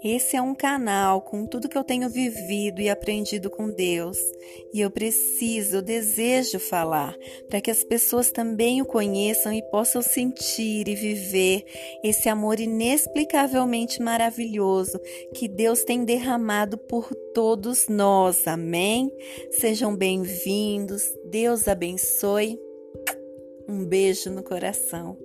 Esse é um canal com tudo que eu tenho vivido e aprendido com Deus. E eu desejo falar para que as pessoas também o conheçam e possam sentir e viver esse amor inexplicavelmente maravilhoso que Deus tem derramado por todos nós. Amém? Sejam bem-vindos. Deus abençoe. Um beijo no coração.